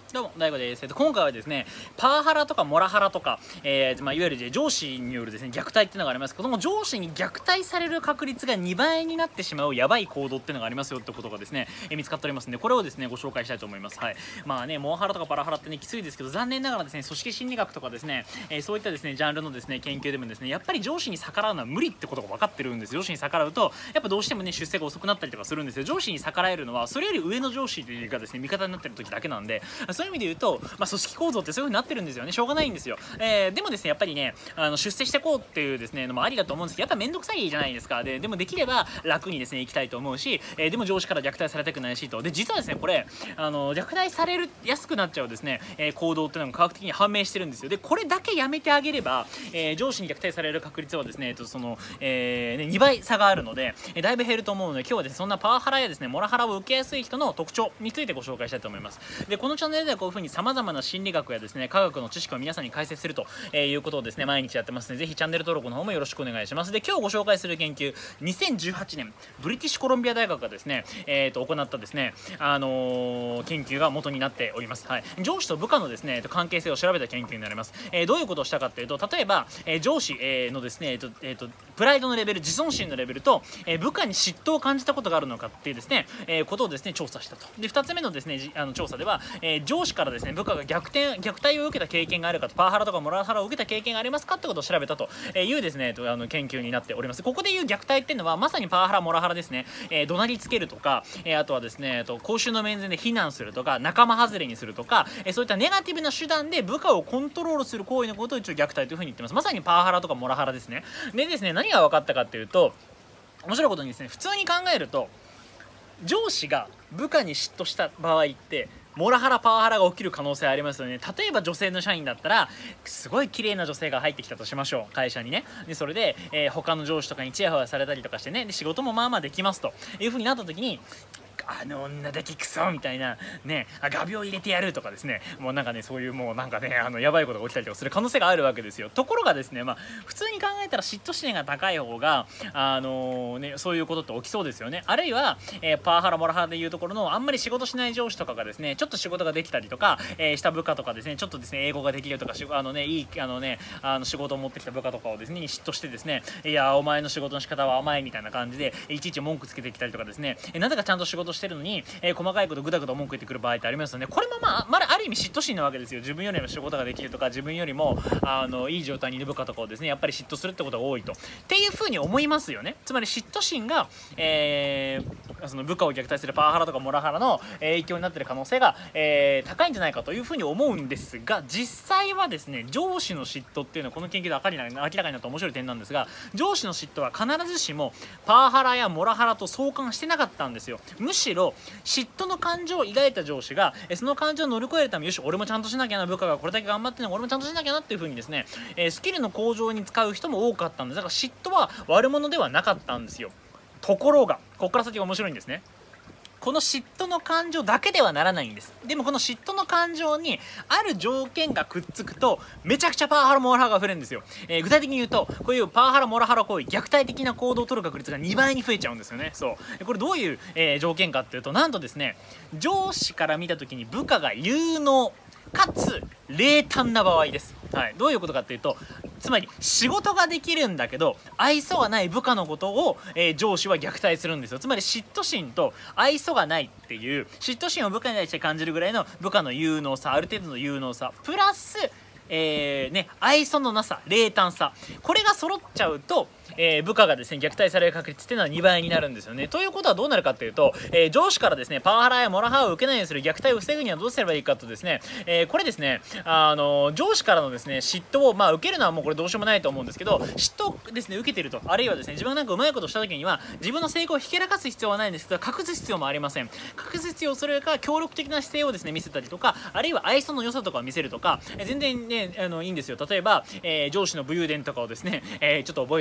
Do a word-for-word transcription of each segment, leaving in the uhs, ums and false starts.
どうも、大悟です。えっと、今回はですね、パワハラとかモラハラとか、えーまあ、いわゆる上司によるですね、虐待っていうのがありますけども、上司に虐待される確率がにばいになってしまうやばい行動っていうのがありますよってことがですね、えー見つかっておりますので、これをですね、ご紹介したいと思います。はい。まあね、モラハラとかパワハラってね、きついですけど、残念ながらですね、組織心理学とかですね、えーそういったですね、ジャンルのですね、研究でもですね、やっぱり上司に逆らうのは無理ってことが分かってるんです。上司に逆らうと、やっぱどうしてもね、出世が遅くなったりとかするんですよ。上司に逆らえるのは、それより上の上司がですね、味方になってる時だけなんで、そういう意味で言うと、まあ、組織構造ってそういう風になってるんですよね。しょうがないんですよ。えー、でもですね、やっぱりね、あの出世していこうっていうですね、のもありだと思うんですけど、やっぱめんどくさいじゃないですか。で、でもできれば楽にですね、行きたいと思うし、えー、でも上司から虐待されたくないしと。で、実はですね、これ、あの、虐待される、やすくなっちゃうですね、えー、行動っていうのが科学的に判明してるんですよ。で、これだけやめてあげれば、えー、上司に虐待される確率はですね、えっと、その、えー、ね、にばい差があるので、えー、だいぶ減ると思うので、今日はですね、そんなパワハラやですね、モラハラを受けやすい人の特徴についてご紹介したいと思います。で、このチャンネルではこういう風に様々な心理学やですね、科学の知識を皆さんに解説するということをですね、毎日やってますので、ぜひチャンネル登録の方もよろしくお願いします。で、今日ご紹介する研究、にせんじゅうはちねん、ブリティッシュコロンビア大学がですね、えー、と行ったですね、あのー、研究が元になっております。はい。上司と部下のですね、関係性を調べた研究になります。えー、どういうことをしたかというと、例えば、えー、上司、えー、のですね、えーとえーと、プライドのレベル、自尊心のレベルと、えー、部下に嫉妬を感じたことがあるのかっていうですね、えー、ことをですね、調査したと。で、ふたつめのですね、あの調査では、えー、上司からですね、部下が逆転、虐待を受けた経験があるかと、パワハラとかモラハラを受けた経験がありますかってことを調べたというですね、あの研究になっております。ここでいう虐待っていうのはまさにパワハラモラハラですね。えー、怒鳴りつけるとか、えー、あとはですね、えー、と公衆の面前で非難するとか、仲間外れにするとか、えー、そういったネガティブな手段で部下をコントロールする行為のことを一応虐待というふうに言ってます。まさにパワハラとかモラハラですね。でですね、何が分かったかっていうと、面白いことにですね、普通に考えると上司が部下に嫉妬した場合ってモラハラパワハラが起きる可能性ありますよね。例えば女性の社員だったらすごい綺麗な女性が入ってきたとしましょう、会社にね。でそれで、えー、他の上司とかにチヤホヤされたりとかしてね、で仕事もまあまあできますという風になった時に、あの女だけクソみたいなね、あ画鋲入れてやるとかですね、もうなんかね、そういうもうなんかね、あのやばいことが起きたりとかする可能性があるわけですよ。ところがですね、まあ普通に考えたら嫉妬心が高い方があのー、ね、そういうことって起きそうですよね。あるいは、えー、パワハラモラハラでいうところのあんまり仕事しない上司とかがですね、ちょっと仕事ができたりとか、えー、した部下とかですね、ちょっとですね英語ができるとか、あのねいいあのねあの仕事を持ってきた部下とかをですね嫉妬してですね、いやお前の仕事の仕方は甘いみたいな感じでいちいち文句つけてきたりとかですね、なぜかちゃんと仕事してるのに、えー、細かいことグダグダ文句言ってくる場合ってありますよね。これもまあ、まあ、ある意味嫉妬心なわけですよ。自分よりも仕事ができるとか、自分よりもあのいい状態にいる部下とかをですねやっぱり嫉妬するってことが多いとっていうふうに思いますよね。つまり嫉妬心が、えー、その部下を虐待するパワハラとかモラハラの影響になっている可能性が、えー、高いんじゃないかというふうに思うんですが、実際はですね上司の嫉妬っていうのはこの研究で明らかになった面白い点なんですが、上司の嫉妬は必ずしもパワハラやモラハラと相関してなかったんですよ。むしろ嫉妬の感情を抱いた上司がその感情を乗り越えるために、よし俺もちゃんとしなきゃな、部下がこれだけ頑張ってるの俺もちゃんとしなきゃなっていう風にですね、えー、スキルの向上に使う人も多かったんです。だから嫉妬は悪者ではなかったんですよ。ところがここから先が面白いんですね。この嫉妬の感情だけではならないんです。でもこの嫉妬の感情にある条件がくっつくとめちゃくちゃパワハラモラハラが増えるんですよ。えー、具体的に言うと、こういうパワハラモラハラ行為、虐待的な行動を取る確率がにばいに増えちゃうんですよね。そうこれどういう、えー、条件かっていうと、なんとですね、上司から見た時に部下が有能かつ冷淡な場合です。はい、どういうことかっていうと、つまり仕事ができるんだけど愛想がない部下のことを、えー、上司は虐待するんですよ。つまり嫉妬心と愛想がないっていう、嫉妬心を部下に対して感じるぐらいの部下の有能さ、ある程度の有能さプラス、えーね、愛想のなさ、冷淡さ、これが揃っちゃうと、えー、部下がですね虐待される確率っていうのはにばいになるんですよね。ということはどうなるかっていうと、えー、上司からですねパワハラやモラハラを受けないようにする、虐待を防ぐにはどうすればいいかとですね、えー、これですね、あの上司からのですね嫉妬を、まあ、受けるのはもうこれどうしようもないと思うんですけど、嫉妬をですね受けてると、あるいはですね自分がなんかうまいことした時には自分の成功をひけらかす必要はないんですけど隠す必要もありません。隠す必要、それから協力的な姿勢をですね見せたりとか、あるいは愛想の良さとかを見せるとか、えー、全然ねあのいいんですよ。例えば、えー、上司の武勇伝とかをですね、えー、ちょっと覚えておいて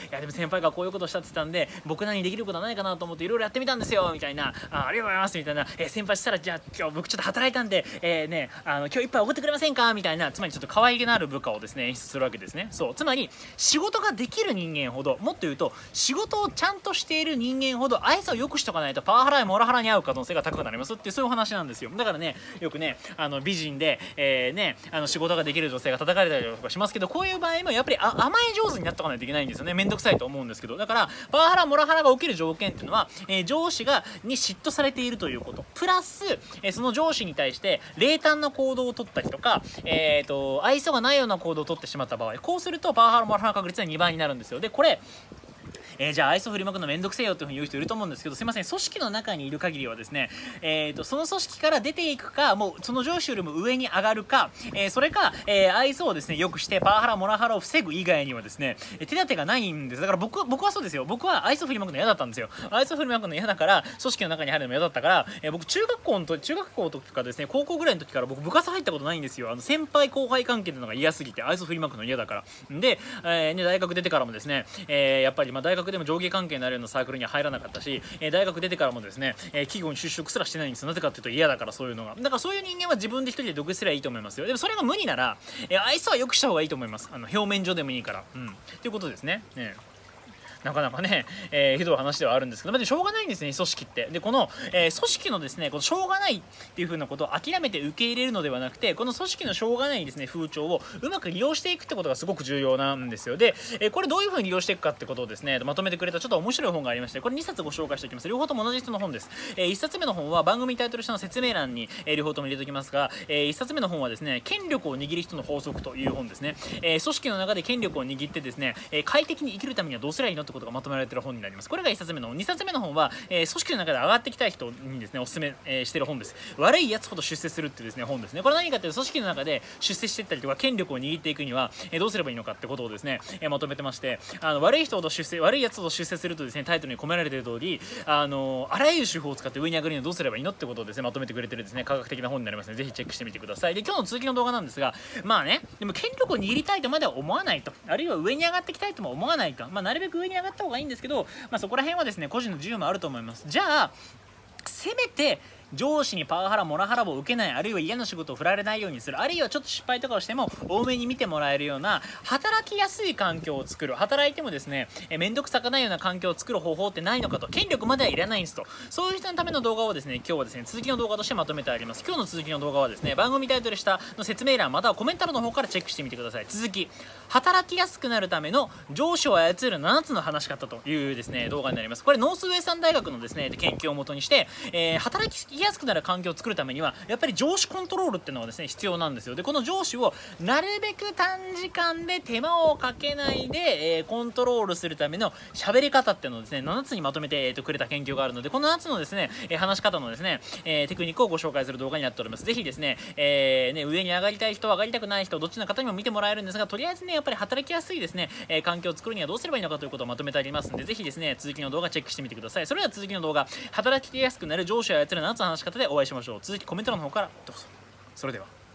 やでも先輩がこういうことしたって言ったんで僕なりにできることはないかなと思っていろいろやってみたんですよみたいな、あありがとうございますみたいな、えー、先輩したらじゃあ今日僕ちょっと働いたんで、えー、ねあの今日一杯おごってくれませんかみたいな、つまりちょっと可愛げのある部下をですね演出するわけですね。そうつまり仕事ができる人間ほど、もっと言うと仕事をちゃんとしている人間ほど愛想をよくしとかないとパワハラやモラハラに遭う可能性が高くなりますっていうそういうお話なんですよ。だからねよくねあの美人で、えー、ねあの仕事ができる女性が叩かれたりとかしますけど、こういう場合もやっぱりあ甘え上手になっとかないといけないんですよね。めんどくさいと思うんですけど、だからパワハラモラハラが起きる条件っていうのは、えー、上司がに嫉妬されているということプラス、えー、その上司に対して冷淡な行動を取ったりとか、えー、と愛想がないような行動を取ってしまった場合、こうするとパワハラモラハラ確率はにばいになるんですよ。でこれえー、じゃあ愛想振りまくのめんどくせえよっていうふうに言う人いると思うんですけど、すいません、組織の中にいる限りはですね、えー、とその組織から出ていくか、もうその上司よりも上に上がるか、えー、それか、えー、愛想をですねよくしてパワハラモラハラを防ぐ以外にはですね手立てがないんです。だから僕僕はそうですよ、僕は愛想振りまくの嫌だったんですよ。愛想振りまくの嫌だから組織の中に入るのも嫌だったから、えー、僕中学校のと中学校とかですね高校ぐらいの時から僕部活入ったことないんですよ。あの先輩後輩関係っていうのが嫌すぎて、愛想振りまくの嫌だからで、えーね、大学出てからもですね、えー、やっぱりまあ大学でも上下関係になるようなサークルには入らなかったし、えー、大学出てからもですね、えー、企業に就職すらしてないんですよ。なぜかっていうと嫌だから。そういうのがだからそういう人間は自分で一人で独立すればいいと思いますよ。でもそれが無理なら、えー、愛想はよくした方がいいと思います。あの表面上でもいいから、うんということですね。ねなかなかね、えー、ひどい話ではあるんですけど、まあ、でしょうがないんですね、組織って。でこの、えー、組織のですねこのしょうがないっていう風なことを諦めて受け入れるのではなくて、この組織のしょうがないですね風潮をうまく利用していくってことがすごく重要なんですよ。で、えー、これどういう風に利用していくかってことをですねまとめてくれたちょっと面白い本がありまして、これにさつご紹介しておきます。両方とも同じ人の本です。えー、いっさつめの本は番組タイトル下の説明欄に、えー、両方とも入れておきますが、えー、いっさつめの本はですね権力を握る人の法則という本ですね。えー、組織の中で権力を握ってですね、えー、快適に生きるためにはどうすればいいのってことがまとめられている本になります。これがいっさつめの本。にさつめの本は、えー、組織の中で上がってきたい人にですねおすすめ、えー、している本です。悪いやつほど出世するっていうですね本ですね。これ何かというと、組織の中で出世していったりとか権力を握っていくには、えー、どうすればいいのかってことをですね、えー、まとめてまして、あの悪い人ほど出世悪いやつほど出世するとですねタイトルに込められている通り、あのあらゆる手法を使って上に上がるにはどうすればいいのってことをですねまとめてくれてるですね科学的な本になりますので、ぜひチェックしてみてください。で今日の続きの動画なんですが、まあねでも権力を握りたいとまでは思わないと、あるいは上に上がっていきたいとも思わないと、まあ、なるべく上に上がった方がいいんですけど、まあ、そこら辺はですね個人の自由もあると思います。じゃあせめて上司にパワハラモラハラを受けない、あるいは嫌な仕事を振られないようにする、あるいはちょっと失敗とかをしても多めに見てもらえるような働きやすい環境を作る、働いてもですねえ面倒くさくないような環境を作る方法ってないのかと。権力まではいらないんですと。そういう人のための動画をですね今日はですね続きの動画としてまとめてあります。今日の続きの動画はですね番組タイトル下の説明欄またはコメント欄の方からチェックしてみてください。続き、働きやすくなるための上司を操るななつの話し方というですね動画になります。これノースウェーサン大学のですね研究をもとにして、えー、働きやすくなる環境を作るためにはやっぱり上司コントロールっていうのがですね必要なんですよ。でこの上司をなるべく短時間で手間をかけないで、えー、コントロールするための喋り方っていうのをですねななつにまとめて、えー、とくれた研究があるので、このななつのですね、えー、話し方のですね、えー、テクニックをご紹介する動画になっております。ぜひですね、えー、ね上に上がりたい人上がりたくない人どっちの方にも見てもらえるんですが、とりあえずねやっぱり働きやすいですね、えー、環境を作るにはどうすればいいのかということをまとめてありますので、ぜひですね続きの動画チェックしてみてください。それでは続きの動画、働きやすくなる上司を操るななつの話し方でお会いしましょう。続きコメント欄の方からどうぞ。それでは。